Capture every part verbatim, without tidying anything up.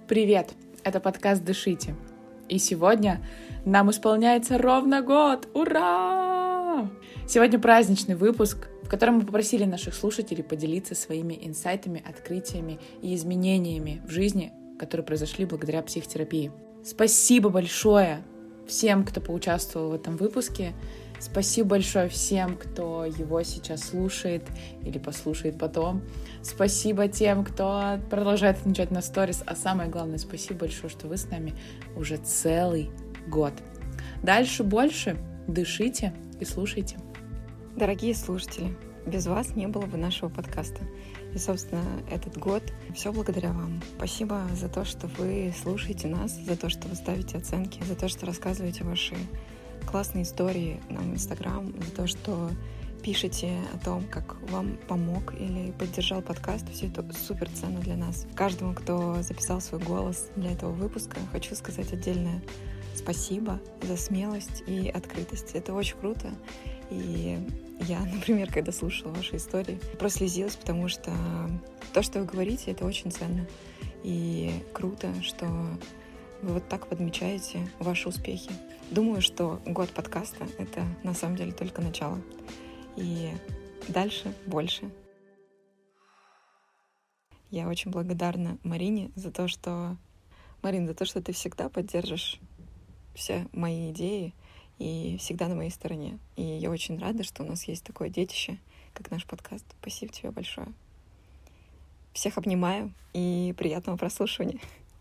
Привет! Это подкаст «Дышите». И сегодня нам исполняется ровно год! Ура! Сегодня праздничный выпуск, в котором мы попросили наших слушателей поделиться своими инсайтами, открытиями и изменениями в жизни, которые произошли благодаря психотерапии. Спасибо большое всем, кто поучаствовал в этом выпуске. Спасибо большое всем, кто его сейчас слушает или послушает потом. Спасибо тем, кто продолжает отмечать на сторис. А самое главное, спасибо большое, что вы с нами уже целый год. Дальше больше. Дышите и слушайте. Дорогие слушатели, без вас не было бы нашего подкаста. И, собственно, этот год все благодаря вам. Спасибо за то, что вы слушаете нас, за то, что вы ставите оценки, за то, что рассказываете ваши классные истории нам в Инстаграм, за то, что пишете о том, как вам помог или поддержал подкаст. Все это супер ценно для нас. Каждому, кто записал свой голос для этого выпуска, хочу сказать отдельное спасибо за смелость и открытость. Это очень круто. И я, например, когда слушала ваши истории, прослезилась, потому что то, что вы говорите, это очень ценно. И круто, что вы вот так подмечаете ваши успехи. Думаю, что год подкаста — это на самом деле только начало. И дальше больше. Я очень благодарна Марине за то, что... Марин, за то, что ты всегда поддержишь все мои идеи и всегда на моей стороне. И я очень рада, что у нас есть такое детище, как наш подкаст. Спасибо тебе большое. Всех обнимаю и приятного прослушивания.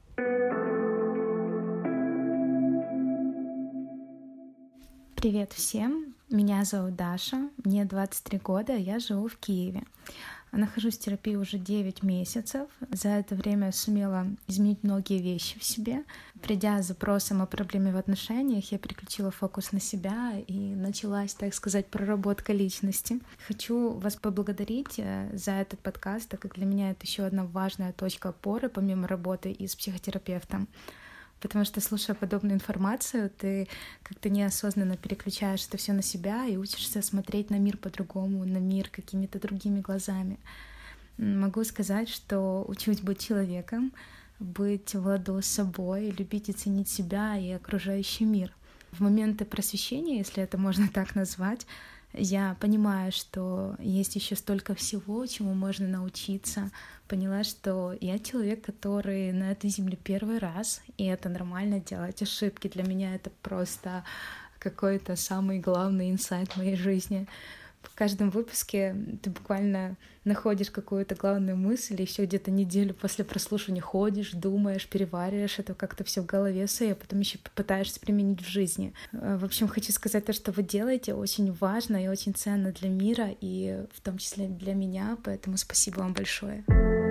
Привет всем, меня зовут Даша, мне двадцать три года, я живу в Киеве. Нахожусь в терапии уже девять месяцев. За это время сумела изменить многие вещи в себе. Придя с запросом о проблеме в отношениях, я переключила фокус на себя и началась, так сказать, проработка личности. Хочу вас поблагодарить за этот подкаст, так как для меня это еще одна важная точка опоры, помимо работы и с психотерапевтом. Потому что, слушая подобную информацию, ты как-то неосознанно переключаешь это все на себя и учишься смотреть на мир по-другому, на мир какими-то другими глазами. Могу сказать, что учусь быть человеком, быть в ладу с собой, любить и ценить себя и окружающий мир. В моменты просвещения, если это можно так назвать, я понимаю, что есть еще столько всего, чему можно научиться. Поняла, что я человек, который на этой земле первый раз, и это нормально делать ошибки. Для меня это просто какой-то самый главный инсайт в моей жизни. В каждом выпуске ты буквально находишь какую-то главную мысль, и еще где-то неделю после прослушивания ходишь, думаешь, перевариваешь это как-то все в голове своей, а потом еще попытаешься применить в жизни. В общем, хочу сказать, то, что вы делаете, очень важно и очень ценно для мира, и в том числе для меня, поэтому спасибо вам большое.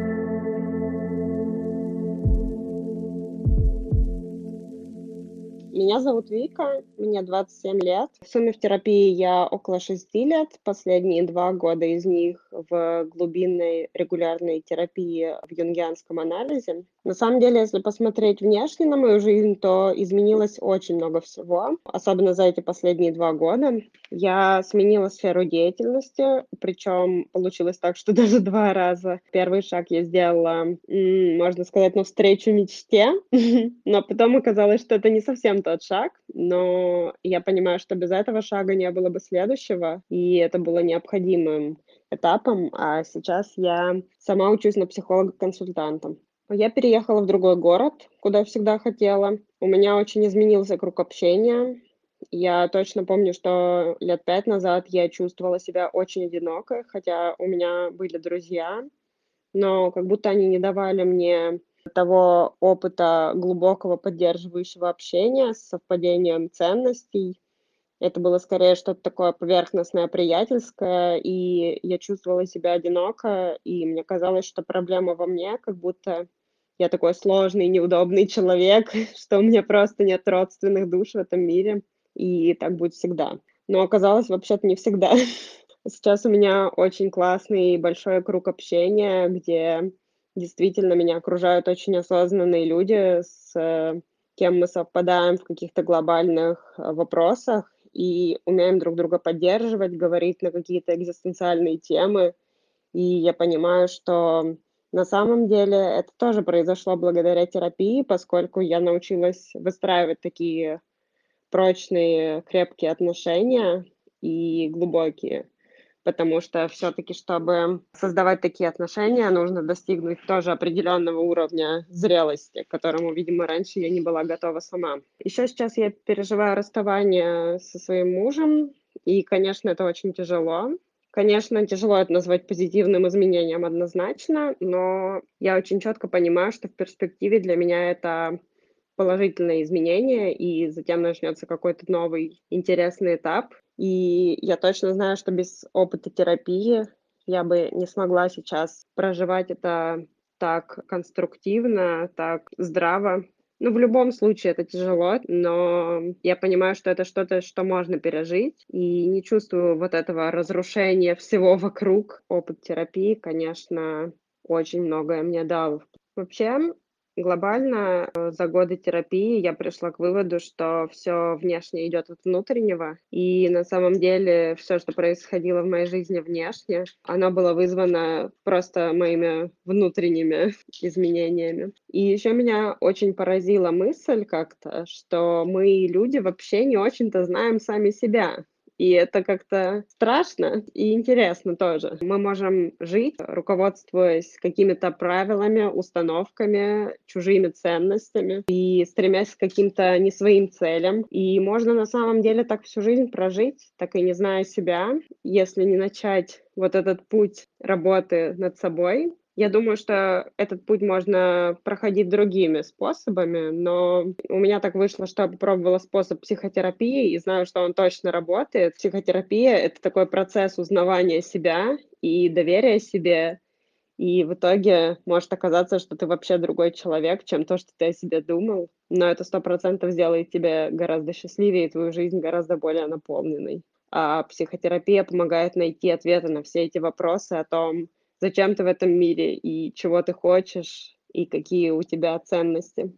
Меня зовут Вика, мне двадцать семь лет. В сумме в терапии я около шести лет. Последние два года из них в глубинной регулярной терапии в юнгианском анализе. На самом деле, если посмотреть внешне на мою жизнь, то изменилось очень много всего, особенно за эти последние два года. Я сменила сферу деятельности, причем получилось так, что даже два раза. Первый шаг я сделала, можно сказать, навстречу мечте, но потом оказалось, что это не совсем тот шаг, но я понимаю, что без этого шага не было бы следующего, и это было необходимым этапом, а сейчас я сама учусь на психолога-консультанта. Я переехала в другой город, куда всегда хотела. У меня очень изменился круг общения. Я точно помню, что лет пять назад я чувствовала себя очень одинокой, хотя у меня были друзья, но как будто они не давали мне того опыта глубокого поддерживающего общения с совпадением ценностей. Это было скорее что-то такое поверхностное, приятельское, и я чувствовала себя одиноко, и мне казалось, что проблема во мне, как будто я такой сложный, неудобный человек, что у меня просто нет родственных душ в этом мире, и так будет всегда. Но оказалось, вообще-то не всегда. Сейчас у меня очень классный большой круг общения, где действительно меня окружают очень осознанные люди, с кем мы совпадаем в каких-то глобальных вопросах и умеем друг друга поддерживать, говорить на какие-то экзистенциальные темы. И я понимаю, что На самом деле это тоже произошло благодаря терапии, поскольку я научилась выстраивать такие прочные, крепкие отношения и глубокие. Потому что все-таки, чтобы создавать такие отношения, нужно достигнуть тоже определенного уровня зрелости, к которому, видимо, раньше я не была готова сама. Еще сейчас я переживаю расставание со своим мужем, и, конечно, это очень тяжело. Конечно, тяжело это назвать позитивным изменением однозначно, но я очень четко понимаю, что в перспективе для меня это положительное изменение, и затем начнется какой-то новый интересный этап. И я точно знаю, что без опыта терапии я бы не смогла сейчас проживать это так конструктивно, так здраво. Ну, в любом случае это тяжело, но я понимаю, что это что-то, что можно пережить, и не чувствую вот этого разрушения всего вокруг. Опыт терапии, конечно, очень многое мне дал. Вообще, глобально, э, за годы терапии я пришла к выводу, что все внешне идет от внутреннего. И на самом деле все, что происходило в моей жизни внешне, оно было вызвано просто моими внутренними изменениями. И еще меня очень поразила мысль как-то, что мы, люди, вообще не очень-то знаем сами себя. И это как-то страшно и интересно тоже. Мы можем жить, руководствуясь какими-то правилами, установками, чужими ценностями и стремясь к каким-то не своим целям. И можно на самом деле так всю жизнь прожить, так и не зная себя, если не начать вот этот путь работы над собой. Я думаю, что этот путь можно проходить другими способами, но у меня так вышло, что я попробовала способ психотерапии и знаю, что он точно работает. Психотерапия — это такой процесс узнавания себя и доверия себе, и в итоге может оказаться, что ты вообще другой человек, чем то, что ты о себе думал. Но это сто процентов сделает тебя гораздо счастливее и твою жизнь гораздо более наполненной. А психотерапия помогает найти ответы на все эти вопросы о том, зачем ты в этом мире и чего ты хочешь, и какие у тебя ценности.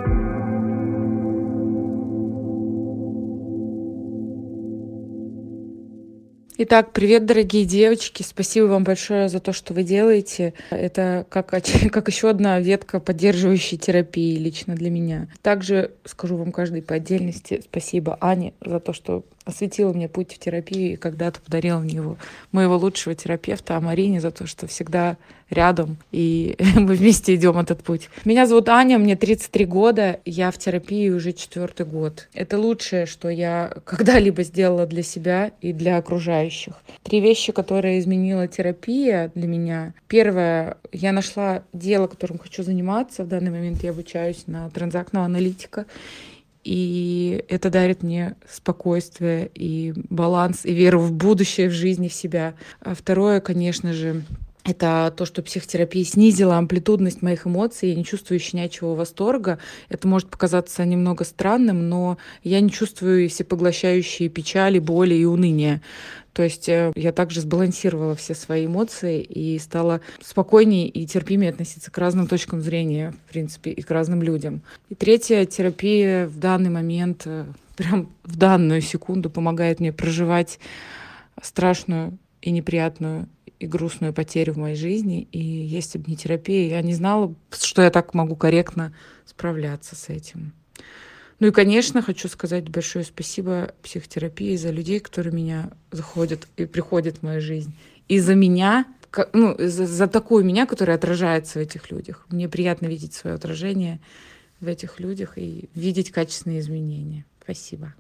Итак, привет, дорогие девочки. Спасибо вам большое за то, что вы делаете. Это как, оч- как еще одна ветка поддерживающей терапии лично для меня. Также скажу вам каждой по отдельности спасибо Ане за то, что осветила мне путь в терапию и когда-то подарила мне его, моего лучшего терапевта, а Марине за то, что всегда рядом, и мы вместе идем этот путь. Меня зовут Аня, мне тридцать три года, я в терапии уже четвертый год. Это лучшее, что я когда-либо сделала для себя и для окружающих. Три вещи, которые изменила терапия для меня. Первое, я нашла дело, которым хочу заниматься. В данный момент я обучаюсь на транзактного аналитика. И это дарит мне спокойствие и баланс, и веру в будущее, в жизнь и в себя. А второе, конечно же, это то, что психотерапия снизила амплитудность моих эмоций, я не чувствую щенячьего восторга. Это может показаться немного странным, но я не чувствую всепоглощающие печали, боли и уныния. То есть я также сбалансировала все свои эмоции и стала спокойнее и терпимее относиться к разным точкам зрения, в принципе, и к разным людям. И третья, терапия в данный момент, прям в данную секунду помогает мне проживать страшную и неприятную и грустную потерю в моей жизни. И если бы не терапия, я не знала, что я так могу корректно справляться с этим. Ну и, конечно, хочу сказать большое спасибо психотерапии за людей, которые меня заходят и приходят в мою жизнь. И за меня, ну, за, за такую меня, которая отражается в этих людях. Мне приятно видеть свое отражение в этих людях и видеть качественные изменения. Спасибо.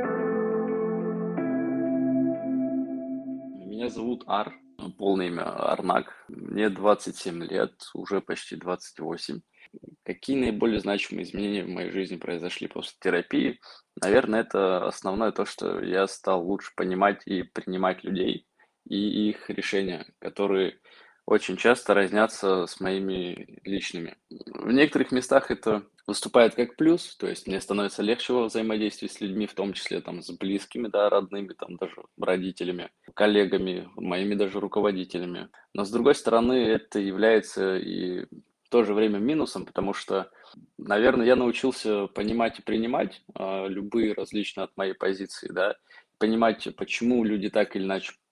Меня зовут Ар, полное имя Арнак. Мне двадцать семь лет, уже почти двадцать восемь. Какие наиболее значимые изменения в моей жизни произошли после терапии? Наверное, это основное то, что я стал лучше понимать и принимать людей и их решения, которые очень часто разнятся с моими личными. В некоторых местах это выступает как плюс, то есть мне становится легче во взаимодействии с людьми, в том числе там, с близкими, да, родными, там, даже родителями, коллегами, моими даже руководителями. Но с другой стороны, это является и в то же время минусом, потому что, наверное, я научился понимать и принимать э, любые различные от моей позиции, да, понимать, почему люди так или иначе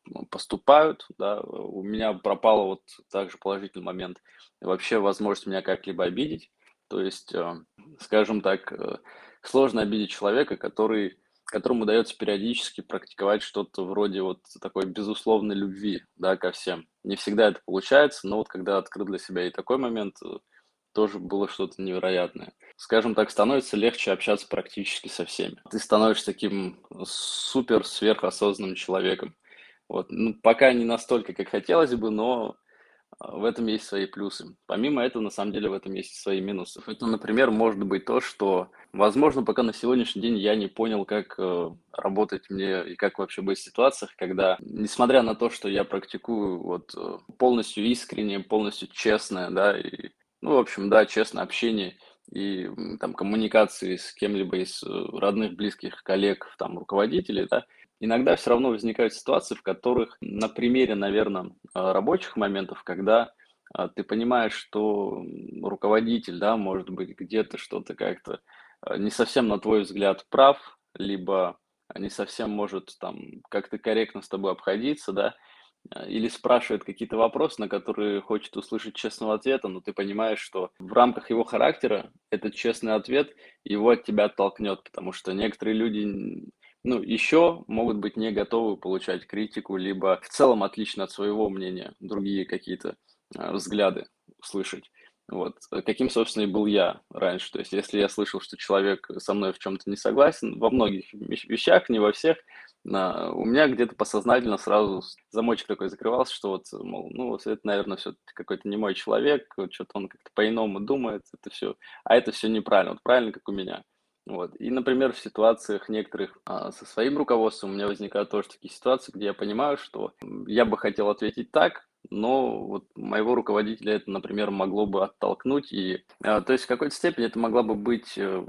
поступают, да, у меня пропал вот также положительный момент, вообще возможность меня как-либо обидеть. То есть, э, скажем так, э, сложно обидеть человека, который, которому удается периодически практиковать что-то вроде вот такой безусловной любви, да, ко всем. Не всегда это получается, но вот когда открыл для себя и такой момент, э, тоже было что-то невероятное. Скажем так, становится легче общаться практически со всеми. Ты становишься таким супер сверхосознанным человеком. Вот. Ну, пока не настолько, как хотелось бы, но а, в этом есть свои плюсы. Помимо этого, на самом деле, в этом есть и свои минусы. Это, например, может быть то, что, возможно, пока на сегодняшний день я не понял, как э, работать мне и как вообще быть в ситуациях, когда, несмотря на то, что я практикую вот э, полностью искренне, полностью честное, да, и, ну, в общем, да, честное общение и м, там коммуникации с кем-либо из э, родных, близких, коллег, там, руководителей, да, иногда все равно возникают ситуации, в которых на примере, наверное, рабочих моментов, когда а, ты понимаешь, что м, руководитель, да, может быть, где-то что-то как-то а, не совсем, на твой взгляд, прав, либо не совсем может там как-то корректно с тобой обходиться, да, а, или спрашивает какие-то вопросы, на которые хочет услышать честного ответа, но ты понимаешь, что в рамках его характера этот честный ответ его от тебя оттолкнет, потому что некоторые люди, н- ну, еще могут быть не готовы получать критику, либо в целом отлично от своего мнения другие какие-то а, взгляды слышать. Вот. Э, Каким, собственно, и был я раньше. То есть, если я слышал, что человек со мной в чем-то не согласен, во многих вещ- вещах, не во всех, на- у меня где-то подсознательно сразу с- замочек такой закрывался, что вот, мол, ну, вот это, наверное, все какой-то не мой человек, вот что-то он как-то по-иному думает, это все, а это все неправильно, вот правильно, как у меня. Вот. И, например, в ситуациях некоторых а, со своим руководством у меня возникают тоже такие ситуации, где я понимаю, что м, я бы хотел ответить так, но вот моего руководителя это, например, могло бы оттолкнуть. И, а, то есть в какой-то степени это могла бы быть э,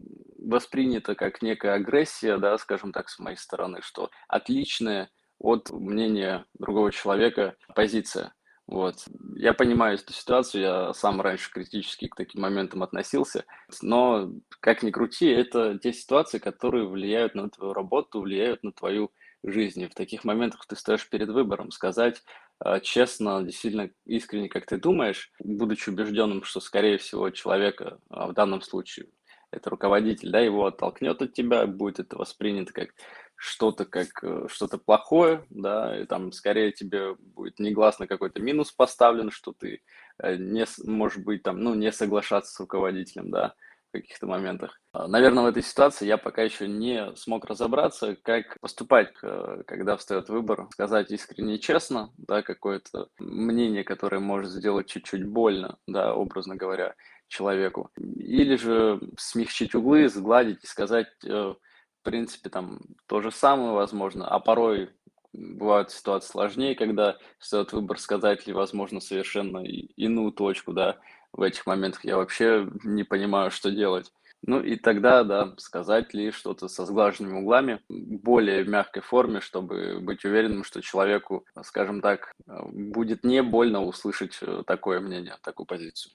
воспринято как некая агрессия, да, скажем так, с моей стороны, что отличная от мнения другого человека позиция. Вот. Я понимаю эту ситуацию, я сам раньше критически к таким моментам относился, но как ни крути, это те ситуации, которые влияют на твою работу, влияют на твою жизнь. И в таких моментах ты стоишь перед выбором сказать э, честно, действительно искренне, как ты думаешь, будучи убежденным, что, скорее всего, человека, а в данном случае это руководитель, да, его оттолкнет от тебя, будет это воспринято как что-то, как э, что-то плохое, да, и там скорее тебе будет негласно какой-то минус поставлен, что ты э, не, с- может быть, там, ну, не соглашаться с руководителем, да, в каких-то моментах. Наверное, в этой ситуации я пока еще не смог разобраться, как поступать, э, когда встает выбор, сказать искренне и честно, да, какое-то мнение, которое может сделать чуть-чуть больно, да, образно говоря, человеку, или же смягчить углы, сгладить и сказать, э, в принципе, там то же самое, возможно, а порой бывают ситуации сложнее, когда стоит выбор сказать ли, возможно, совершенно и- иную точку, да, в этих моментах я вообще не понимаю, что делать. Ну и тогда, да, сказать ли что-то со сглаженными углами, более в мягкой форме, чтобы быть уверенным, что человеку, скажем так, э, будет не больно услышать э, такое мнение, такую позицию.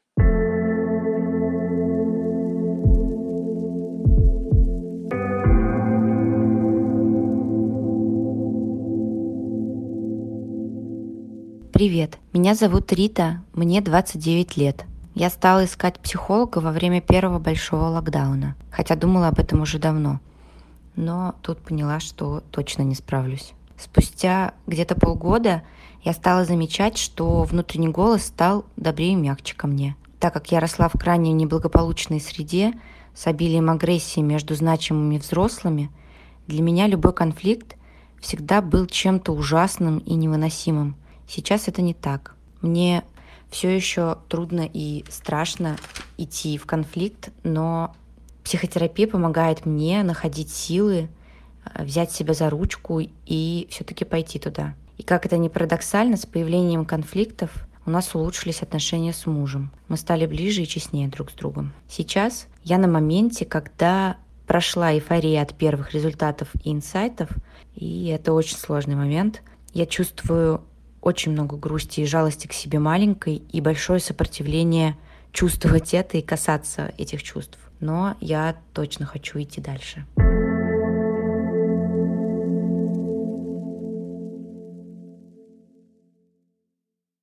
Привет, меня зовут Рита, мне двадцать девять лет. Я стала искать психолога во время первого большого локдауна, хотя думала об этом уже давно. Но тут поняла, что точно не справлюсь. Спустя где-то полгода я стала замечать, что внутренний голос стал добрее и мягче ко мне. Так как я росла в крайне неблагополучной среде с обилием агрессии между значимыми взрослыми, для меня любой конфликт всегда был чем-то ужасным и невыносимым. Сейчас это не так. Мне все еще трудно и страшно идти в конфликт, но психотерапия помогает мне находить силы, э, взять себя за ручку и все-таки пойти туда. И как это ни парадоксально, с появлением конфликтов у нас улучшились отношения с мужем. Мы стали ближе и честнее друг с другом. Сейчас я на моменте, когда прошла эйфория от первых результатов и инсайтов, и это очень сложный момент. Я чувствую очень много грусти и жалости к себе маленькой и большое сопротивление чувствовать это и касаться этих чувств. Но я точно хочу идти дальше.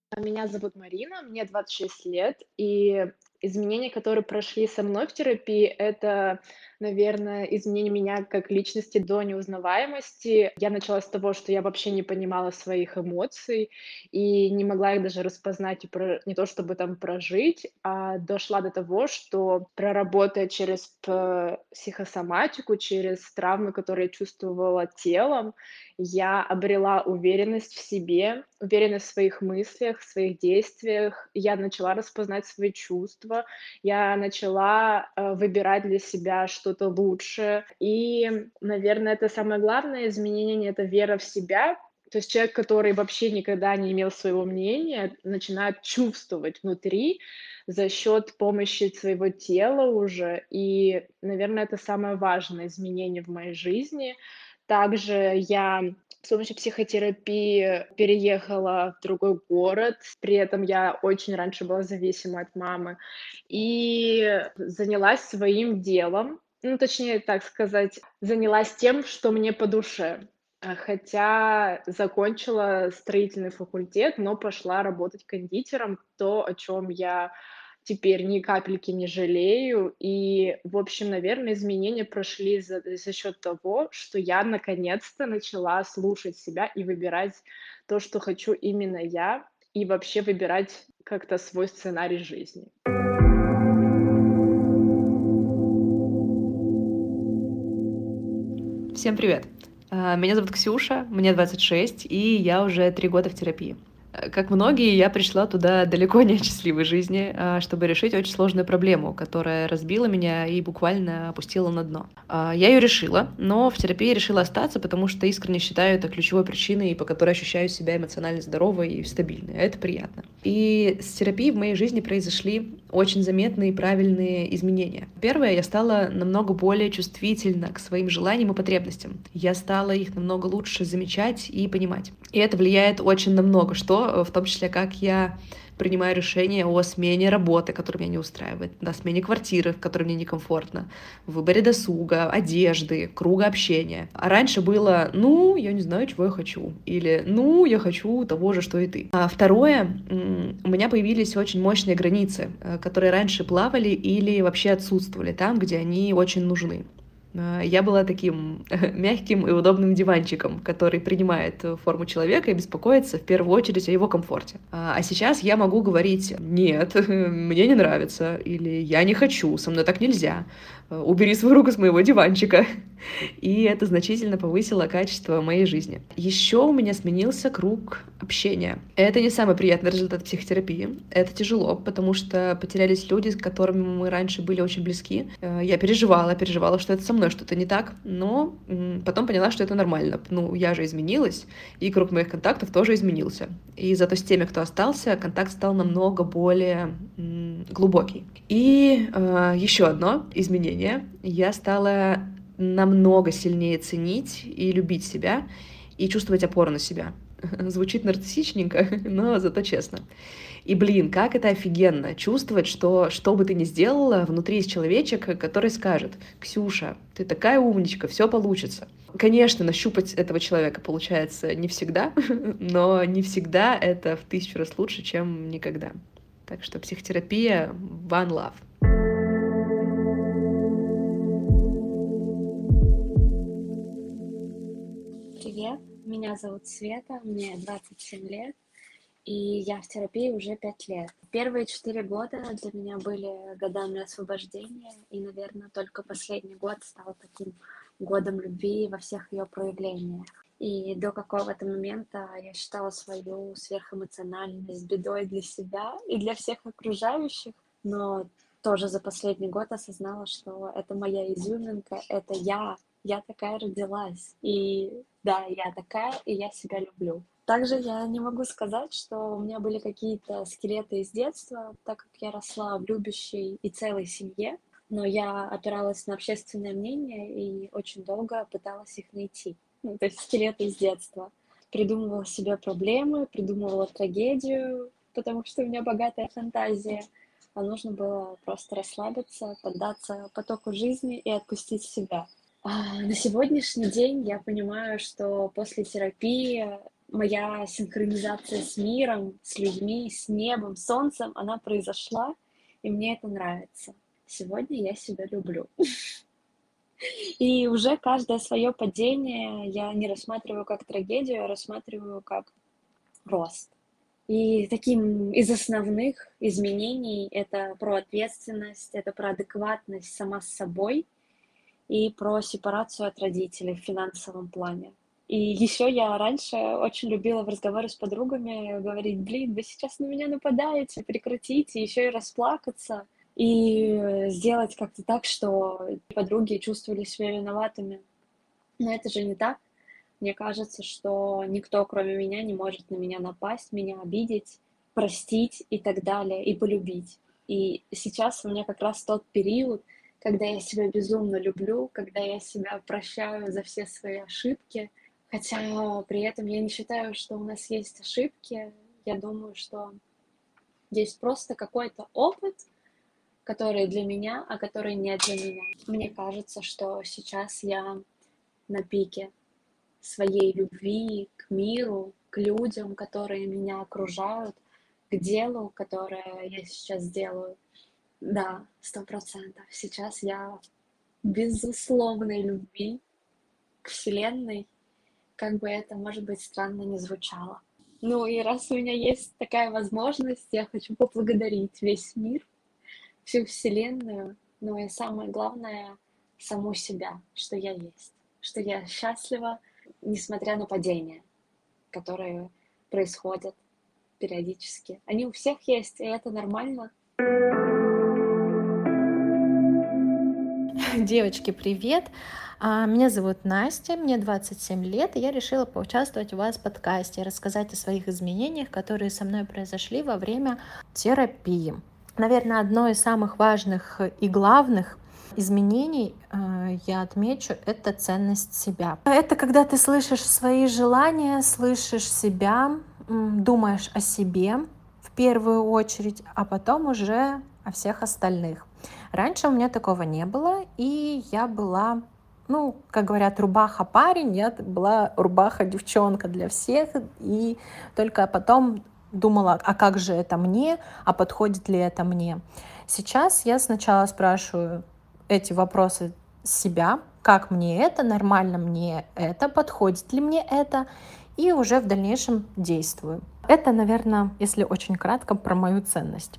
Меня зовут Марина, мне двадцать шесть лет, и изменения, которые прошли со мной в терапии, это, наверное, изменение меня как личности до неузнаваемости. Я начала с того, что я вообще не понимала своих эмоций и не могла их даже распознать и про- не то чтобы там прожить, а дошла до того, что проработая через п- психосоматику, через травмы, которые я чувствовала телом, я обрела уверенность в себе, уверенность в своих мыслях, в своих действиях. Я начала распознать свои чувства, я начала э, выбирать для себя что-то лучшее. И, наверное, это самое главное изменение — это вера в себя. То есть человек, который вообще никогда не имел своего мнения, начинает чувствовать внутри за счет помощи своего тела уже. И, наверное, это самое важное изменение в моей жизни. Также я с помощью психотерапии переехала в другой город. При этом я очень раньше была зависима от мамы. И занялась своим делом. Ну, точнее, так сказать, занялась тем, что мне по душе. А, Хотя закончила строительный факультет, но пошла работать кондитером, то, о чем я теперь ни капельки не жалею. И, в общем, наверное, изменения прошли за, за счет того, что я наконец-то начала слушать себя и выбирать то, что хочу именно я, и вообще выбирать как-то свой сценарий жизни. Всем привет! А, Меня зовут Ксюша, мне двадцать шесть, и я уже три года в терапии. Э, Как многие, я пришла туда далеко не от счастливой жизни, а, чтобы решить очень сложную проблему, которая разбила меня и буквально опустила на дно. А, Я ее решила, но в терапии решила остаться, потому что искренне считаю это ключевой причиной, по которой ощущаю себя эмоционально здоровой и стабильной. Это приятно. И с терапией в моей жизни произошли очень заметные и правильные изменения. Первое, я стала намного более чувствительна к своим желаниям и потребностям. Я стала их намного лучше замечать и понимать. И это влияет очень на много что, в том числе, как я принимаю решения о смене работы, которая меня не устраивает, о смене квартиры, в которой мне некомфортно, в выборе досуга, одежды, круга общения. А раньше было, ну, я не знаю, чего я хочу, или, ну, я хочу того же, что и ты. А второе, м, у меня появились очень мощные границы, э, которые раньше плавали или вообще отсутствовали там, где они очень нужны. А, Я была таким мягким и удобным диванчиком, который принимает э, форму человека и беспокоится в первую очередь о его комфорте. А а сейчас я могу говорить: «Нет, мне не нравится», или «Я не хочу, со мной так нельзя, э, убери свою руку с моего диванчика». И это значительно повысило качество моей жизни. Еще у меня сменился круг общения. Это не самый приятный результат психотерапии. Это тяжело, потому что потерялись люди, с которыми мы раньше были очень близки. Э, Я переживала, переживала, что это со мной что-то не так, но м, потом поняла, что это нормально. Ну, я же изменилась, и круг моих контактов тоже изменился. И зато с теми, кто остался, контакт стал намного более м, глубокий. И э, еще одно изменение. Я стала намного сильнее ценить и любить себя, и чувствовать опору на себя. Звучит нарциссичненько, но зато честно. И, блин, как это офигенно чувствовать, что что бы ты ни сделала, внутри есть человечек, который скажет: «Ксюша, ты такая умничка, все получится». Конечно, нащупать этого человека получается не всегда, но не всегда это в тысячу раз лучше, чем никогда. Так что психотерапия — one love. Привет, меня зовут Света, мне двадцать семь лет, и я в терапии уже пять лет. Первые четыре года для меня были годами освобождения, и, наверное, только последний год стал таким годом любви во всех ее проявлениях. И до какого-то момента я считала свою сверхэмоциональность бедой для себя и для всех окружающих, но тоже за последний год осознала, что это моя изюминка, это я, я такая родилась, и да, я такая, и я себя люблю. Также я не могу сказать, что у меня были какие-то скелеты из детства, так как я росла в любящей и целой семье, но я опиралась на общественное мнение и очень долго пыталась их найти. Ну, то есть скелеты из детства. Придумывала себе проблемы, придумывала трагедию, потому что у меня богатая фантазия, а нужно было просто расслабиться, поддаться потоку жизни и отпустить себя. А На сегодняшний день я понимаю, что после терапии моя синхронизация с миром, с людьми, с небом, солнцем, она произошла, и мне это нравится. Сегодня я себя люблю. И уже каждое свое падение я не рассматриваю как трагедию, я рассматриваю как рост. И таким из основных изменений это про ответственность, это про адекватность сама с собой и про сепарацию от родителей в финансовом плане. И еще я раньше очень любила в разговоре с подругами говорить: блин, вы сейчас на меня нападаете, прекратите, еще и расплакаться. И сделать как-то так, что подруги чувствовали себя виноватыми. Но это же не так. Мне кажется, что никто, кроме меня, не может на меня напасть, меня обидеть, простить и так далее, и полюбить. И сейчас у меня как раз тот период, когда я себя безумно люблю, когда я себя прощаю за все свои ошибки. Хотя при этом я не считаю, что у нас есть ошибки. Я думаю, что есть просто какой-то опыт, который для меня, а который не для меня. Мне кажется, что сейчас я на пике своей любви к миру, к людям, которые меня окружают, к делу, которое я сейчас делаю. Да, сто процентов. Сейчас я в безусловной любви к Вселенной, как бы это, может быть, странно не звучало. Ну и раз у меня есть такая возможность, я хочу поблагодарить весь мир, всю Вселенную, ну и самое главное, саму себя, что я есть, что я счастлива, несмотря на падения, которые происходят периодически. Они у всех есть, и это нормально. Девочки, привет! Меня зовут Настя, мне двадцать семь лет, и я решила поучаствовать у вас в подкасте, рассказать о своих изменениях, которые со мной произошли во время терапии. Наверное, одно из самых важных и главных изменений, я отмечу, это ценность себя. Это когда ты слышишь свои желания, слышишь себя, думаешь о себе в первую очередь, а потом уже о всех остальных. Раньше у меня такого не было, и я была, ну, как говорят, рубаха-парень, я была рубаха-девчонка для всех, и только потом думала, а как же это мне, а подходит ли это мне. Сейчас я сначала спрашиваю эти вопросы себя, как мне это, нормально мне это, подходит ли мне это, и уже в дальнейшем действую. Это, наверное, если очень кратко, про мою ценность.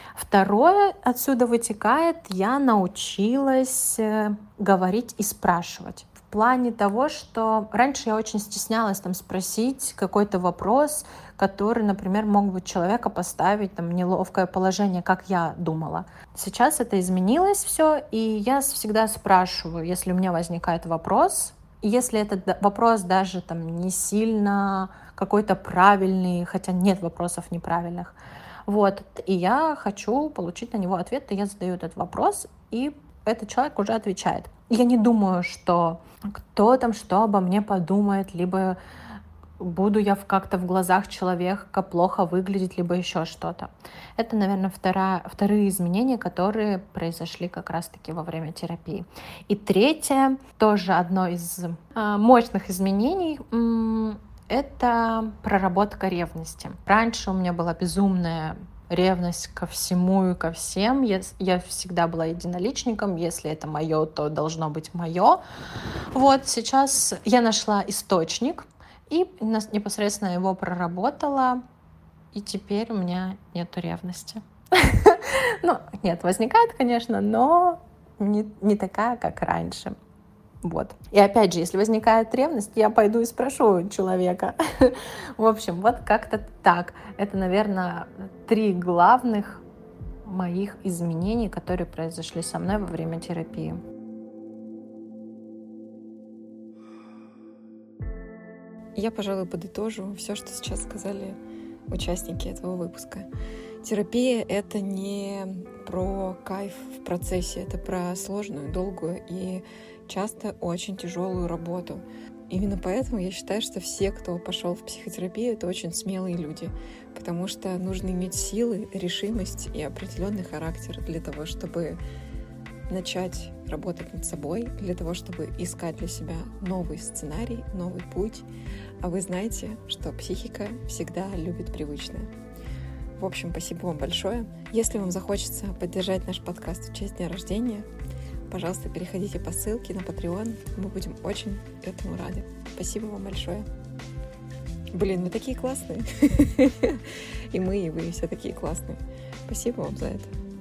Второе отсюда вытекает, я научилась говорить и спрашивать. В плане того, что раньше я очень стеснялась там спросить какой-то вопрос, который, например, мог бы человека поставить там, в неловкое положение, как я думала. Сейчас это изменилось все, и я всегда спрашиваю, если у меня возникает вопрос, и если этот вопрос даже там, не сильно какой-то правильный, хотя нет вопросов неправильных, вот, и я хочу получить на него ответ, и я задаю этот вопрос, и этот человек уже отвечает. Я не думаю, что кто там что обо мне подумает, либо буду я как-то в глазах человека плохо выглядеть, либо еще что-то. Это, наверное, вторая, вторые изменения, которые произошли как раз-таки во время терапии. И третье, тоже одно из э, мощных изменений, м- это проработка ревности. Раньше у меня была безумная ревность ко всему и ко всем. Я, я всегда была единоличником. Если это мое, то должно быть мое. Вот сейчас я нашла источник и непосредственно его проработала. И теперь у меня нету ревности. Ну, нет, возникает, конечно, но не такая, как раньше. Вот. И опять же, если возникает ревность, я пойду и спрошу у человека. В общем, вот как-то так. Это, наверное, три главных моих изменений, которые произошли со мной во время терапии. Я, пожалуй, подытожу все, что сейчас сказали участники этого выпуска. Терапия — это не про кайф в процессе, это про сложную, долгую и часто очень тяжелую работу. Именно поэтому я считаю, что все, кто пошел в психотерапию, это очень смелые люди, потому что нужно иметь силы, решимость и определенный характер для того, чтобы начать работать над собой, для того, чтобы искать для себя новый сценарий, новый путь. А вы знаете, что психика всегда любит привычное. В общем, спасибо вам большое. Если вам захочется поддержать наш подкаст в честь дня рождения, пожалуйста, переходите по ссылке на Patreon. Мы будем очень этому рады. Спасибо вам большое. Блин, вы такие классные. И мы, и вы все такие классные. Спасибо вам за это.